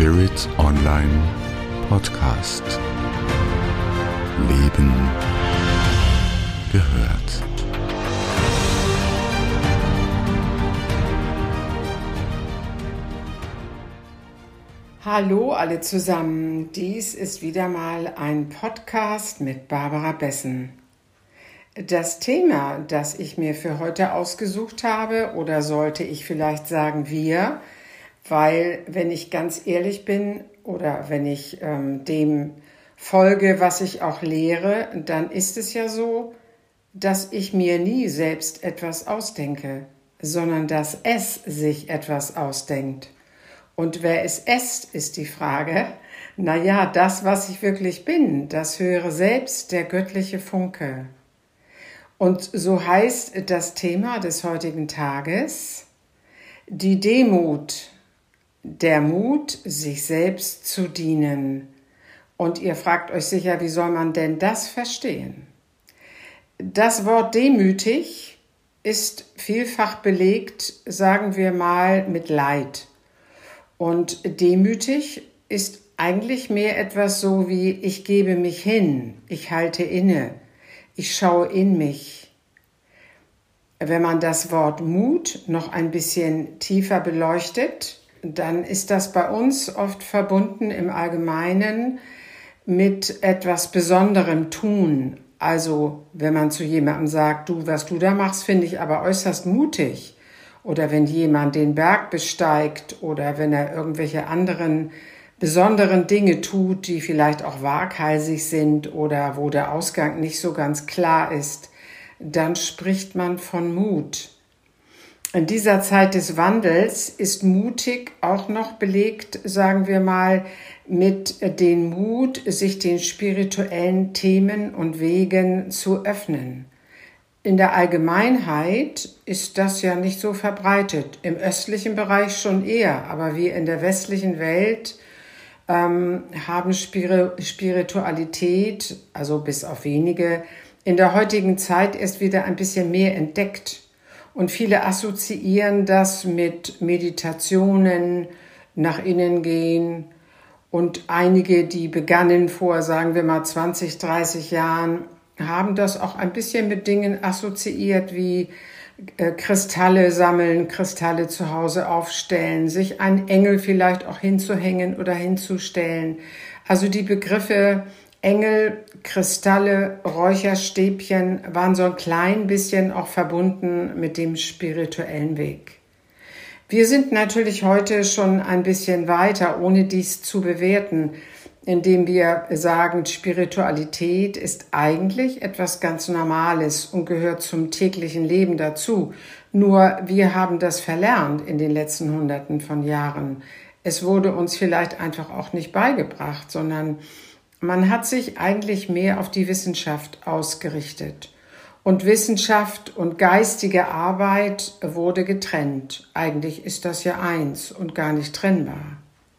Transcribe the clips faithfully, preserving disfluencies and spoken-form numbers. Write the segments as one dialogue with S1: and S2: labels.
S1: Spirit Online Podcast. Leben gehört.
S2: Hallo alle zusammen, dies ist wieder mal ein Podcast mit Barbara Bessen. Das Thema, das ich mir für heute ausgesucht habe, oder sollte ich vielleicht sagen wir, weil wenn ich ganz ehrlich bin oder wenn ich ähm, dem folge, was ich auch lehre, dann ist es ja so, dass ich mir nie selbst etwas ausdenke, sondern dass es sich etwas ausdenkt. Und wer ist es, ist die Frage. Naja, das, was ich wirklich bin, das höhere Selbst, der göttliche Funke. Und so heißt das Thema des heutigen Tages, die Demut, der Mut, sich selbst zu dienen. Und ihr fragt euch sicher, wie soll man denn das verstehen? Das Wort demütig ist vielfach belegt, sagen wir mal, mit Leid. Und demütig ist eigentlich mehr etwas so wie, ich gebe mich hin, ich halte inne, ich schaue in mich. Wenn man das Wort Mut noch ein bisschen tiefer beleuchtet, dann ist das bei uns oft verbunden im Allgemeinen mit etwas Besonderem tun. Also wenn man zu jemandem sagt, du, was du da machst, finde ich aber äußerst mutig. Oder wenn jemand den Berg besteigt oder wenn er irgendwelche anderen besonderen Dinge tut, die vielleicht auch waghalsig sind oder wo der Ausgang nicht so ganz klar ist, dann spricht man von Mut. In dieser Zeit des Wandels ist mutig auch noch belegt, sagen wir mal, mit dem Mut, sich den spirituellen Themen und Wegen zu öffnen. In der Allgemeinheit ist das ja nicht so verbreitet, im östlichen Bereich schon eher, aber wir in der westlichen Welt ähm, haben Spiritualität, also bis auf wenige, in der heutigen Zeit erst wieder ein bisschen mehr entdeckt. Und viele assoziieren das mit Meditationen, nach innen gehen. Und einige, die begannen vor, sagen wir mal, zwanzig, dreißig Jahren, haben das auch ein bisschen mit Dingen assoziiert wie äh, Kristalle sammeln, Kristalle zu Hause aufstellen, sich einen Engel vielleicht auch hinzuhängen oder hinzustellen. Also die Begriffe Engel, Kristalle, Räucherstäbchen waren so ein klein bisschen auch verbunden mit dem spirituellen Weg. Wir sind natürlich heute schon ein bisschen weiter, ohne dies zu bewerten, indem wir sagen, Spiritualität ist eigentlich etwas ganz Normales und gehört zum täglichen Leben dazu. Nur wir haben das verlernt in den letzten Hunderten von Jahren. Es wurde uns vielleicht einfach auch nicht beigebracht, sondern man hat sich eigentlich mehr auf die Wissenschaft ausgerichtet. Und Wissenschaft und geistige Arbeit wurde getrennt. Eigentlich ist das ja eins und gar nicht trennbar.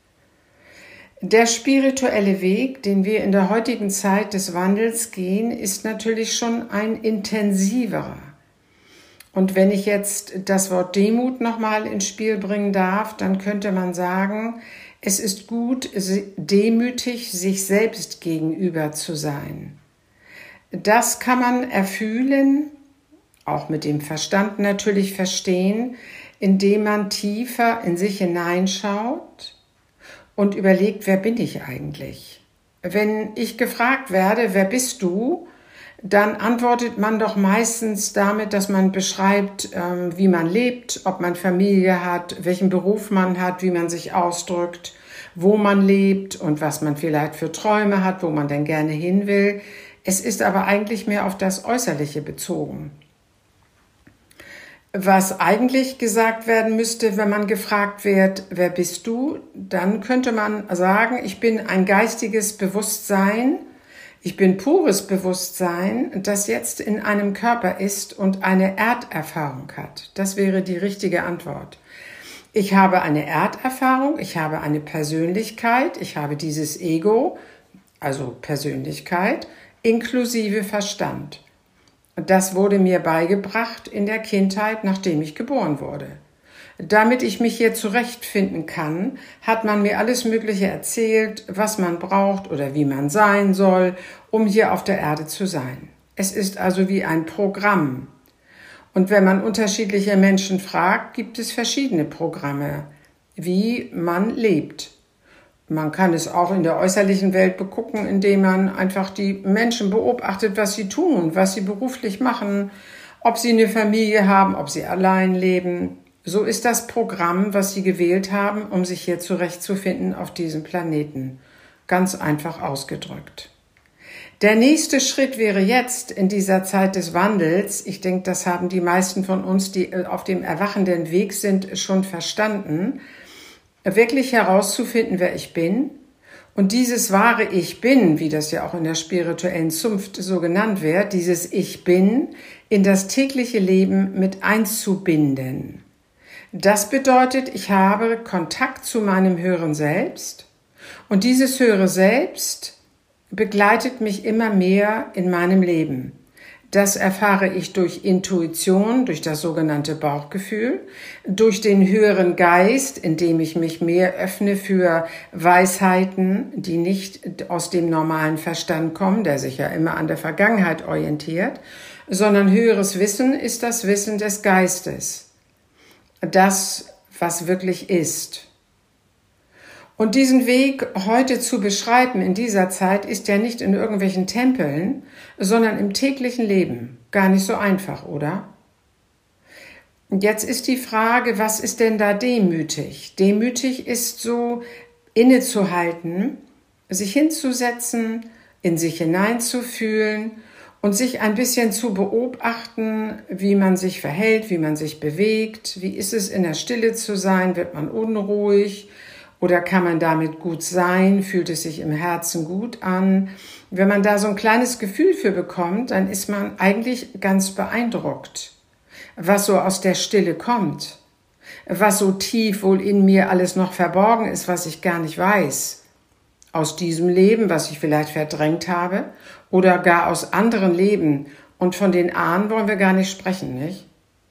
S2: Der spirituelle Weg, den wir in der heutigen Zeit des Wandels gehen, ist natürlich schon ein intensiverer. Und wenn ich jetzt das Wort Demut nochmal ins Spiel bringen darf, dann könnte man sagen, es ist gut, demütig sich selbst gegenüber zu sein. Das kann man erfühlen, auch mit dem Verstand natürlich verstehen, indem man tiefer in sich hineinschaut und überlegt, wer bin ich eigentlich? Wenn ich gefragt werde, wer bist du, dann antwortet man doch meistens damit, dass man beschreibt, wie man lebt, ob man Familie hat, welchen Beruf man hat, wie man sich ausdrückt, wo man lebt und was man vielleicht für Träume hat, wo man denn gerne hin will. Es ist aber eigentlich mehr auf das Äußerliche bezogen. Was eigentlich gesagt werden müsste, wenn man gefragt wird, wer bist du, dann könnte man sagen, ich bin ein geistiges Bewusstsein, ich bin pures Bewusstsein, das jetzt in einem Körper ist und eine Erderfahrung hat. Das wäre die richtige Antwort. Ich habe eine Erderfahrung, ich habe eine Persönlichkeit, ich habe dieses Ego, also Persönlichkeit, inklusive Verstand. Das wurde mir beigebracht in der Kindheit, nachdem ich geboren wurde. Damit ich mich hier zurechtfinden kann, hat man mir alles Mögliche erzählt, was man braucht oder wie man sein soll, um hier auf der Erde zu sein. Es ist also wie ein Programm. Und wenn man unterschiedliche Menschen fragt, gibt es verschiedene Programme, wie man lebt. Man kann es auch in der äußerlichen Welt begucken, indem man einfach die Menschen beobachtet, was sie tun, was sie beruflich machen, ob sie eine Familie haben, ob sie allein leben. So ist das Programm, was sie gewählt haben, um sich hier zurechtzufinden auf diesem Planeten. Ganz einfach ausgedrückt. Der nächste Schritt wäre jetzt in dieser Zeit des Wandels, ich denke, das haben die meisten von uns, die auf dem erwachenden Weg sind, schon verstanden, wirklich herauszufinden, wer ich bin und dieses wahre Ich Bin, wie das ja auch in der spirituellen Zunft so genannt wird, dieses Ich Bin in das tägliche Leben mit einzubinden. Das bedeutet, ich habe Kontakt zu meinem höheren Selbst und dieses höhere Selbst begleitet mich immer mehr in meinem Leben. Das erfahre ich durch Intuition, durch das sogenannte Bauchgefühl, durch den höheren Geist, indem ich mich mehr öffne für Weisheiten, die nicht aus dem normalen Verstand kommen, der sich ja immer an der Vergangenheit orientiert, sondern höheres Wissen ist das Wissen des Geistes. Das, was wirklich ist. Und diesen Weg heute zu beschreiten in dieser Zeit ist ja nicht in irgendwelchen Tempeln, sondern im täglichen Leben. Gar nicht so einfach, oder? Und jetzt ist die Frage, was ist denn da demütig? Demütig ist so, innezuhalten, sich hinzusetzen, in sich hineinzufühlen und sich ein bisschen zu beobachten, wie man sich verhält, wie man sich bewegt. Wie ist es, in der Stille zu sein? Wird man unruhig? Oder kann man damit gut sein? Fühlt es sich im Herzen gut an? Wenn man da so ein kleines Gefühl für bekommt, dann ist man eigentlich ganz beeindruckt, was so aus der Stille kommt, was so tief wohl in mir alles noch verborgen ist, was ich gar nicht weiß. Aus diesem Leben, was ich vielleicht verdrängt habe, oder gar aus anderen Leben. Und von den Ahnen wollen wir gar nicht sprechen, nicht?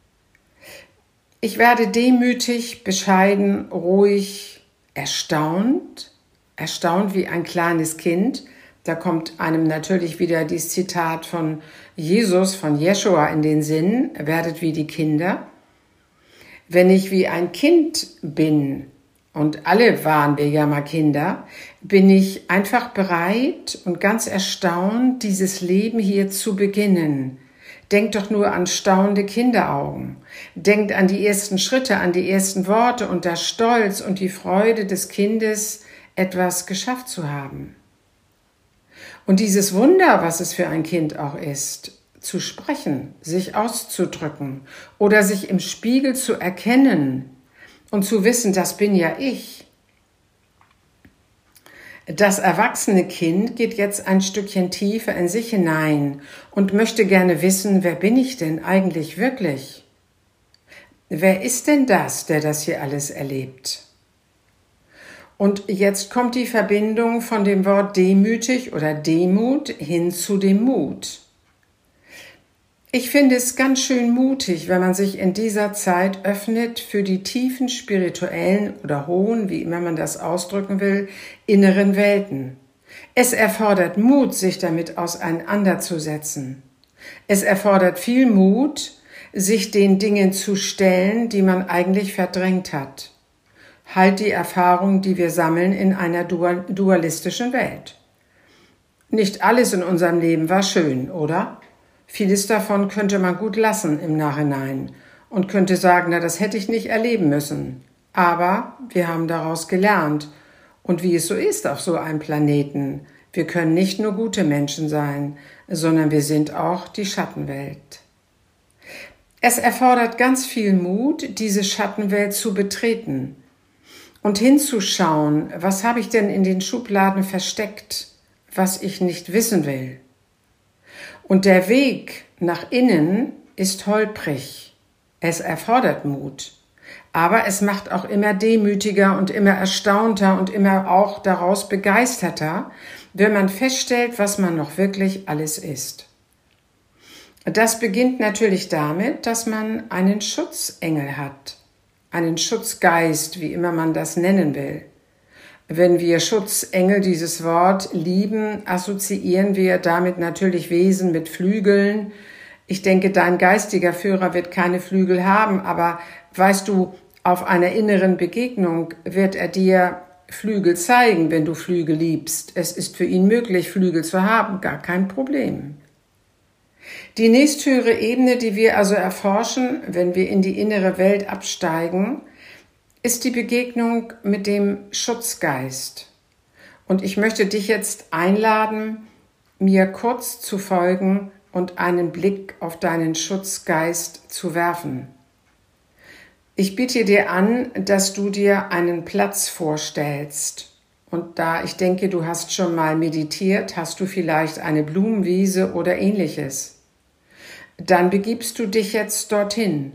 S2: Ich werde demütig, bescheiden, ruhig, erstaunt, erstaunt wie ein kleines Kind. Da kommt einem natürlich wieder dieses Zitat von Jesus, von Jeschua in den Sinn, werdet wie die Kinder. Wenn ich wie ein Kind bin, und alle waren wir ja mal Kinder, bin ich einfach bereit und ganz erstaunt, dieses Leben hier zu beginnen. Denkt doch nur an staunende Kinderaugen. Denkt an die ersten Schritte, an die ersten Worte und der Stolz und die Freude des Kindes, etwas geschafft zu haben. Und dieses Wunder, was es für ein Kind auch ist, zu sprechen, sich auszudrücken oder sich im Spiegel zu erkennen und zu wissen, das bin ja ich. Das erwachsene Kind geht jetzt ein Stückchen tiefer in sich hinein und möchte gerne wissen, wer bin ich denn eigentlich wirklich? Wer ist denn das, der das hier alles erlebt? Und jetzt kommt die Verbindung von dem Wort demütig oder Demut hin zu dem Mut. Ich finde es ganz schön mutig, wenn man sich in dieser Zeit öffnet für die tiefen spirituellen oder hohen, wie immer man das ausdrücken will, inneren Welten. Es erfordert Mut, sich damit auseinanderzusetzen. Es erfordert viel Mut, sich den Dingen zu stellen, die man eigentlich verdrängt hat. Halt die Erfahrung, die wir sammeln in einer dualistischen Welt. Nicht alles in unserem Leben war schön, oder? Vieles davon könnte man gut lassen im Nachhinein und könnte sagen, na, das hätte ich nicht erleben müssen. Aber wir haben daraus gelernt. Und wie es so ist auf so einem Planeten, wir können nicht nur gute Menschen sein, sondern wir sind auch die Schattenwelt. Es erfordert ganz viel Mut, diese Schattenwelt zu betreten und hinzuschauen, was habe ich denn in den Schubladen versteckt, was ich nicht wissen will. Und der Weg nach innen ist holprig. Es erfordert Mut. Aber es macht auch immer demütiger und immer erstaunter und immer auch daraus begeisterter, wenn man feststellt, was man noch wirklich alles ist. Das beginnt natürlich damit, dass man einen Schutzengel hat. einen Schutzgeist, wie immer man das nennen will. Wenn wir Schutzengel, dieses Wort, lieben, assoziieren wir damit natürlich Wesen mit Flügeln. Ich denke, dein geistiger Führer wird keine Flügel haben, aber weißt du, auf einer inneren Begegnung wird er dir Flügel zeigen, wenn du Flügel liebst. Es ist für ihn möglich, Flügel zu haben, gar kein Problem. Die nächsthöhere Ebene, die wir also erforschen, wenn wir in die innere Welt absteigen, ist die Begegnung mit dem Schutzgeist. Und ich möchte dich jetzt einladen, mir kurz zu folgen und einen Blick auf deinen Schutzgeist zu werfen. Ich biete dir an, dass du dir einen Platz vorstellst. Und da ich denke, du hast schon mal meditiert, hast du vielleicht eine Blumenwiese oder ähnliches. Dann begibst du dich jetzt dorthin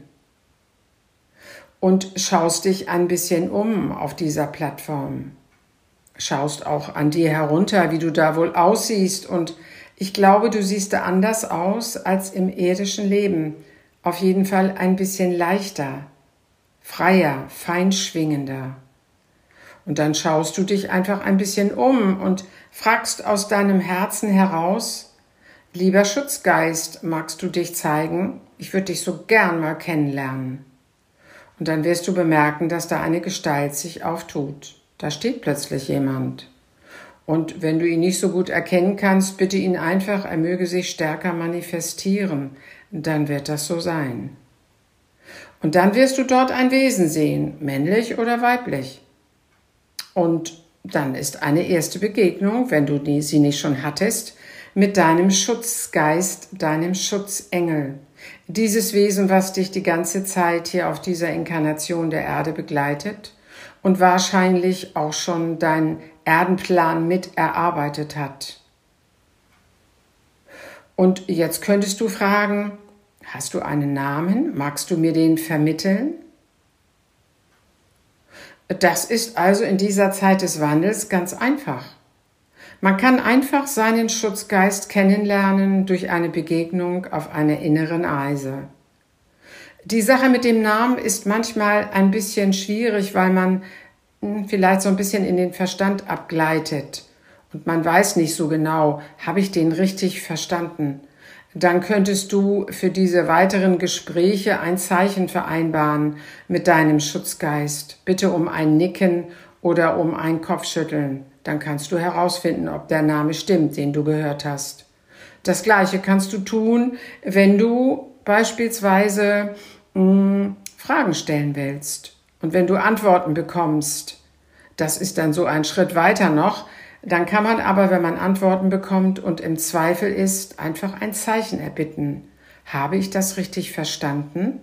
S2: und schaust dich ein bisschen um auf dieser Plattform. Schaust auch an dir herunter, wie du da wohl aussiehst. Und ich glaube, du siehst da anders aus als im irdischen Leben. Auf jeden Fall ein bisschen leichter, freier, feinschwingender. Und dann schaust du dich einfach ein bisschen um und fragst aus deinem Herzen heraus: Lieber Schutzgeist, magst du dich zeigen? Ich würde dich so gern mal kennenlernen. Und dann wirst du bemerken, dass da eine Gestalt sich auftut. Da steht plötzlich jemand. Und wenn du ihn nicht so gut erkennen kannst, bitte ihn einfach, er möge sich stärker manifestieren. Dann wird das so sein. Und dann wirst du dort ein Wesen sehen, männlich oder weiblich. Und dann ist eine erste Begegnung, wenn du sie nicht schon hattest, mit deinem Schutzgeist, deinem Schutzengel. Dieses Wesen, was dich die ganze Zeit hier auf dieser Inkarnation der Erde begleitet und wahrscheinlich auch schon deinen Erdenplan mit erarbeitet hat. Und jetzt könntest du fragen: Hast du einen Namen? Magst du mir den vermitteln? Das ist also in dieser Zeit des Wandels ganz einfach. Man kann einfach seinen Schutzgeist kennenlernen durch eine Begegnung auf einer inneren Reise. Die Sache mit dem Namen ist manchmal ein bisschen schwierig, weil man vielleicht so ein bisschen in den Verstand abgleitet und man weiß nicht so genau, habe ich den richtig verstanden? Dann könntest du für diese weiteren Gespräche ein Zeichen vereinbaren mit deinem Schutzgeist. Bitte um ein Nicken oder um ein Kopfschütteln. Dann kannst du herausfinden, ob der Name stimmt, den du gehört hast. Das Gleiche kannst du tun, wenn du beispielsweise mh, Fragen stellen willst. Und wenn du Antworten bekommst, das ist dann so ein Schritt weiter noch, dann kann man aber, wenn man Antworten bekommt und im Zweifel ist, einfach ein Zeichen erbitten. Habe ich das richtig verstanden?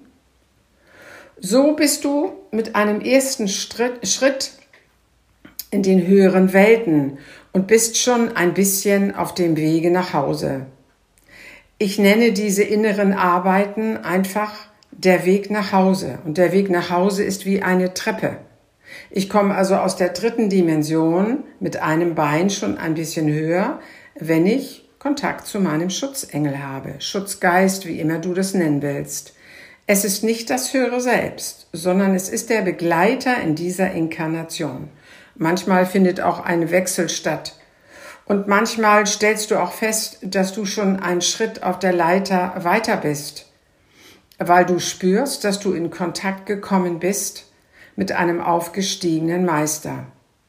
S2: So bist du mit einem ersten Schritt in den höheren Welten und bist schon ein bisschen auf dem Wege nach Hause. Ich nenne diese inneren Arbeiten einfach der Weg nach Hause. Und der Weg nach Hause ist wie eine Treppe. Ich komme also aus der dritten Dimension mit einem Bein schon ein bisschen höher, wenn ich Kontakt zu meinem Schutzengel habe. Schutzgeist, wie immer du das nennen willst. Es ist nicht das höhere Selbst, sondern es ist der Begleiter in dieser Inkarnation. Manchmal findet auch ein Wechsel statt. Und manchmal stellst du auch fest, dass du schon einen Schritt auf der Leiter weiter bist, weil du spürst, dass du in Kontakt gekommen bist mit einem aufgestiegenen Meister.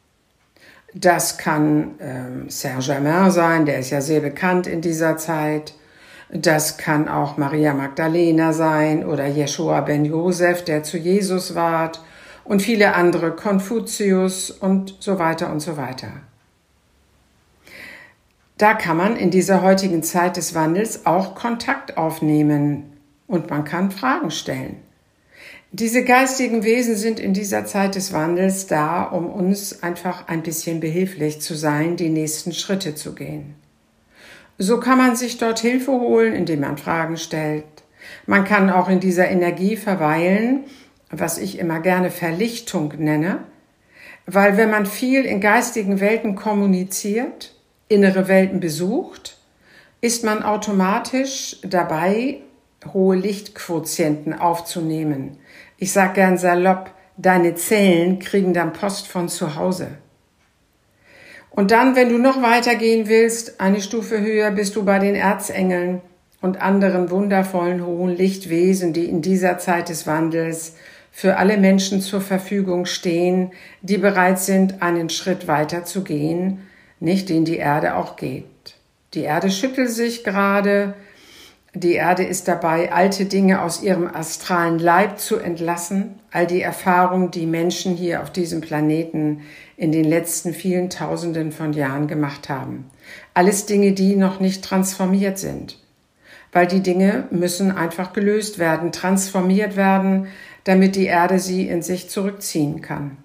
S2: Das kann ähm, Saint-Germain sein, der ist ja sehr bekannt in dieser Zeit. Das kann auch Maria Magdalena sein oder Jeschua ben Josef, der zu Jesus ward. Und viele andere, Konfuzius und so weiter und so weiter. Da kann man in dieser heutigen Zeit des Wandels auch Kontakt aufnehmen und man kann Fragen stellen. Diese geistigen Wesen sind in dieser Zeit des Wandels da, um uns einfach ein bisschen behilflich zu sein, die nächsten Schritte zu gehen. So kann man sich dort Hilfe holen, indem man Fragen stellt. Man kann auch in dieser Energie verweilen, was ich immer gerne Verlichtung nenne, weil wenn man viel in geistigen Welten kommuniziert, innere Welten besucht, ist man automatisch dabei, hohe Lichtquotienten aufzunehmen. Ich sag gern salopp, deine Zellen kriegen dann Post von zu Hause. Und dann, wenn du noch weitergehen willst, eine Stufe höher, bist du bei den Erzengeln und anderen wundervollen hohen Lichtwesen, die in dieser Zeit des Wandels für alle Menschen zur Verfügung stehen, die bereit sind, einen Schritt weiter zu gehen, nicht den die Erde auch geht. Die Erde schüttelt sich gerade, die Erde ist dabei, alte Dinge aus ihrem astralen Leib zu entlassen, all die Erfahrungen, die Menschen hier auf diesem Planeten in den letzten vielen Tausenden von Jahren gemacht haben. Alles Dinge, die noch nicht transformiert sind, weil die Dinge müssen einfach gelöst werden, transformiert werden, damit die Erde sie in sich zurückziehen kann.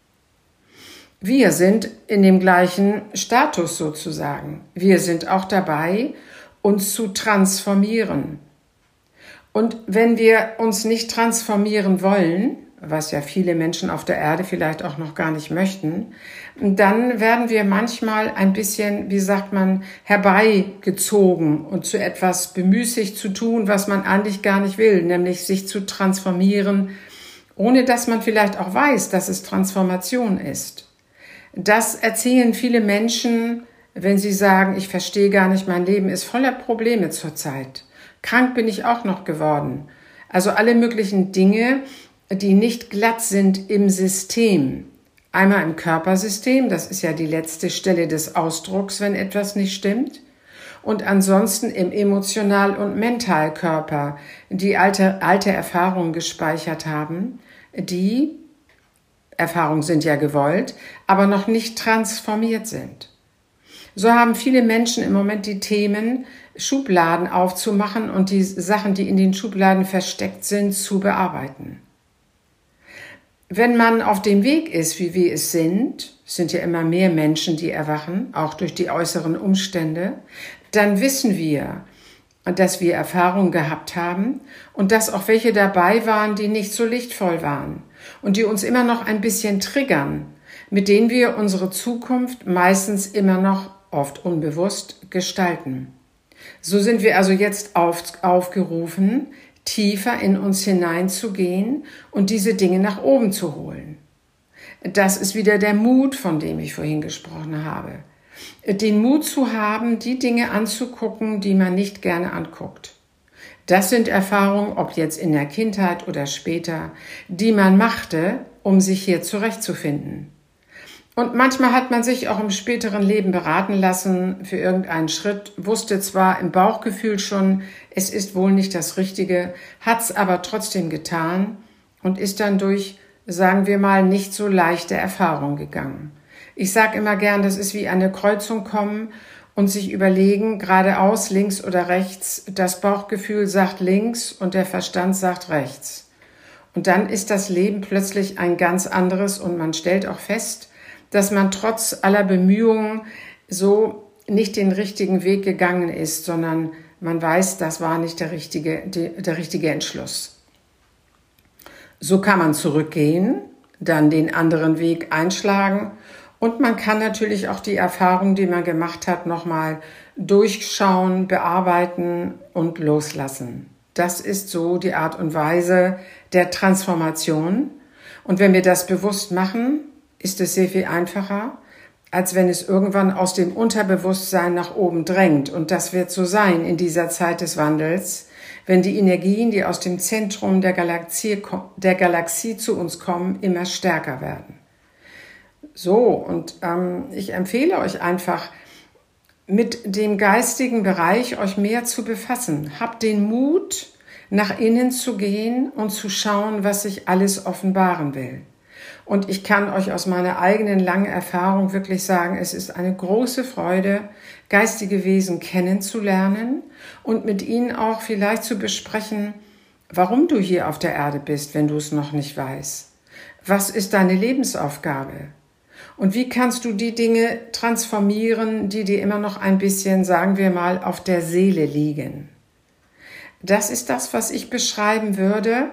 S2: Wir sind in dem gleichen Status sozusagen. Wir sind auch dabei, uns zu transformieren. Und wenn wir uns nicht transformieren wollen, was ja viele Menschen auf der Erde vielleicht auch noch gar nicht möchten, dann werden wir manchmal ein bisschen, wie sagt man, herbeigezogen und zu etwas bemüßigt zu tun, was man eigentlich gar nicht will, nämlich sich zu transformieren, ohne dass man vielleicht auch weiß, dass es Transformation ist. Das erzählen viele Menschen, wenn sie sagen, ich verstehe gar nicht, mein Leben ist voller Probleme zurzeit. Krank bin ich auch noch geworden. Also alle möglichen Dinge, die nicht glatt sind im System. Einmal im Körpersystem, das ist ja die letzte Stelle des Ausdrucks, wenn etwas nicht stimmt. Und ansonsten im Emotional- und Mentalkörper, die alte, alte Erfahrungen gespeichert haben, die Erfahrungen sind ja gewollt, aber noch nicht transformiert sind. So haben viele Menschen im Moment die Themen, Schubladen aufzumachen und die Sachen, die in den Schubladen versteckt sind, zu bearbeiten. Wenn man auf dem Weg ist, wie wir es sind, es sind ja immer mehr Menschen, die erwachen, auch durch die äußeren Umstände, dann wissen wir, dass wir Erfahrungen gehabt haben und dass auch welche dabei waren, die nicht so lichtvoll waren und die uns immer noch ein bisschen triggern, mit denen wir unsere Zukunft meistens immer noch oft unbewusst gestalten. So sind wir also jetzt auf, aufgerufen, tiefer in uns hineinzugehen und diese Dinge nach oben zu holen. Das ist wieder der Mut, von dem ich vorhin gesprochen habe. Den Mut zu haben, die Dinge anzugucken, die man nicht gerne anguckt. Das sind Erfahrungen, ob jetzt in der Kindheit oder später, die man machte, um sich hier zurechtzufinden. Und manchmal hat man sich auch im späteren Leben beraten lassen für irgendeinen Schritt, wusste zwar im Bauchgefühl schon, es ist wohl nicht das Richtige, hat es aber trotzdem getan und ist dann durch, sagen wir mal, nicht so leichte Erfahrungen gegangen. Ich sage immer gern, das ist wie eine Kreuzung kommen und sich überlegen, geradeaus, links oder rechts, das Bauchgefühl sagt links und der Verstand sagt rechts. Und dann ist das Leben plötzlich ein ganz anderes und man stellt auch fest, dass man trotz aller Bemühungen so nicht den richtigen Weg gegangen ist, sondern man weiß, das war nicht der richtige, der richtige Entschluss. So kann man zurückgehen, dann den anderen Weg einschlagen und man kann natürlich auch die Erfahrung, die man gemacht hat, nochmal durchschauen, bearbeiten und loslassen. Das ist so die Art und Weise der Transformation. Und wenn wir das bewusst machen, ist es sehr viel einfacher, als wenn es irgendwann aus dem Unterbewusstsein nach oben drängt. Und das wird so sein in dieser Zeit des Wandels, wenn die Energien, die aus dem Zentrum der Galaxie, der Galaxie zu uns kommen, immer stärker werden. So, und ähm, ich empfehle euch einfach, mit dem geistigen Bereich euch mehr zu befassen. Habt den Mut, nach innen zu gehen und zu schauen, was sich alles offenbaren will. Und ich kann euch aus meiner eigenen langen Erfahrung wirklich sagen, es ist eine große Freude, geistige Wesen kennenzulernen und mit ihnen auch vielleicht zu besprechen, warum du hier auf der Erde bist, wenn du es noch nicht weißt. Was ist deine Lebensaufgabe? Und wie kannst du die Dinge transformieren, die dir immer noch ein bisschen, sagen wir mal, auf der Seele liegen? Das ist das, was ich beschreiben würde.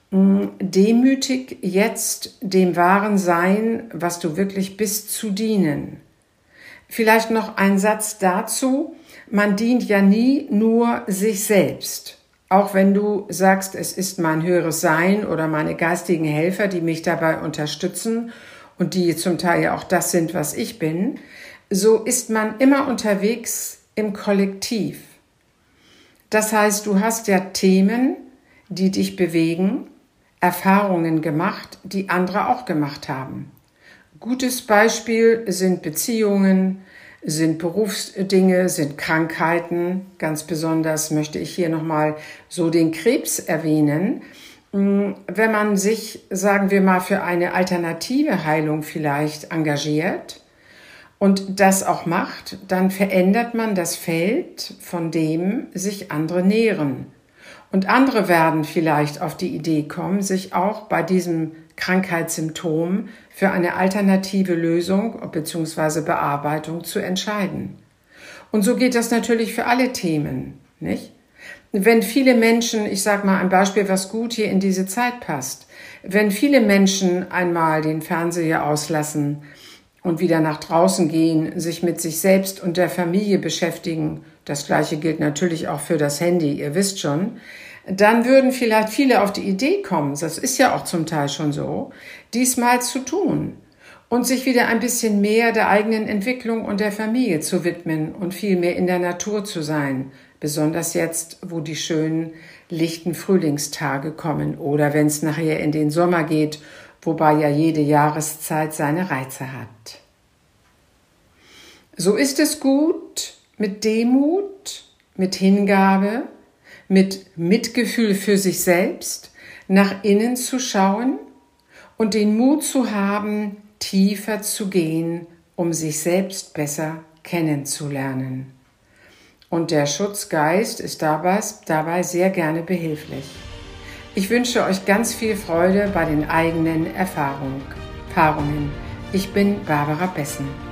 S2: Demütig jetzt dem wahren Sein, was du wirklich bist, zu dienen. Vielleicht noch ein Satz dazu. Man dient ja nie nur sich selbst. Auch wenn du sagst, es ist mein höheres Sein oder meine geistigen Helfer, die mich dabei unterstützen und die zum Teil ja auch das sind, was ich bin, so ist man immer unterwegs im Kollektiv. Das heißt, du hast ja Themen, die dich bewegen, Erfahrungen gemacht, die andere auch gemacht haben. Gutes Beispiel sind Beziehungen, sind Berufsdinge, sind Krankheiten. Ganz besonders möchte ich hier nochmal so den Krebs erwähnen. Wenn man sich, sagen wir mal, für eine alternative Heilung vielleicht engagiert und das auch macht, dann verändert man das Feld, von dem sich andere nähren. Und andere werden vielleicht auf die Idee kommen, sich auch bei diesem Krankheitssymptom für eine alternative Lösung bzw. Bearbeitung zu entscheiden. Und so geht das natürlich für alle Themen, nicht? Wenn viele Menschen, ich sage mal ein Beispiel, was gut hier in diese Zeit passt, wenn viele Menschen einmal den Fernseher auslassen und wieder nach draußen gehen, sich mit sich selbst und der Familie beschäftigen, das Gleiche gilt natürlich auch für das Handy, ihr wisst schon, dann würden vielleicht viele auf die Idee kommen, das ist ja auch zum Teil schon so, diesmal zu tun und sich wieder ein bisschen mehr der eigenen Entwicklung und der Familie zu widmen und viel mehr in der Natur zu sein, besonders jetzt, wo die schönen, lichten Frühlingstage kommen oder wenn es nachher in den Sommer geht, wobei ja jede Jahreszeit seine Reize hat. So ist es gut, mit Demut, mit Hingabe, mit Mitgefühl für sich selbst nach innen zu schauen und den Mut zu haben, tiefer zu gehen, um sich selbst besser kennenzulernen. Und der Schutzgeist ist dabei, dabei sehr gerne behilflich. Ich wünsche euch ganz viel Freude bei den eigenen Erfahrungen. Ich bin Barbara Bessen.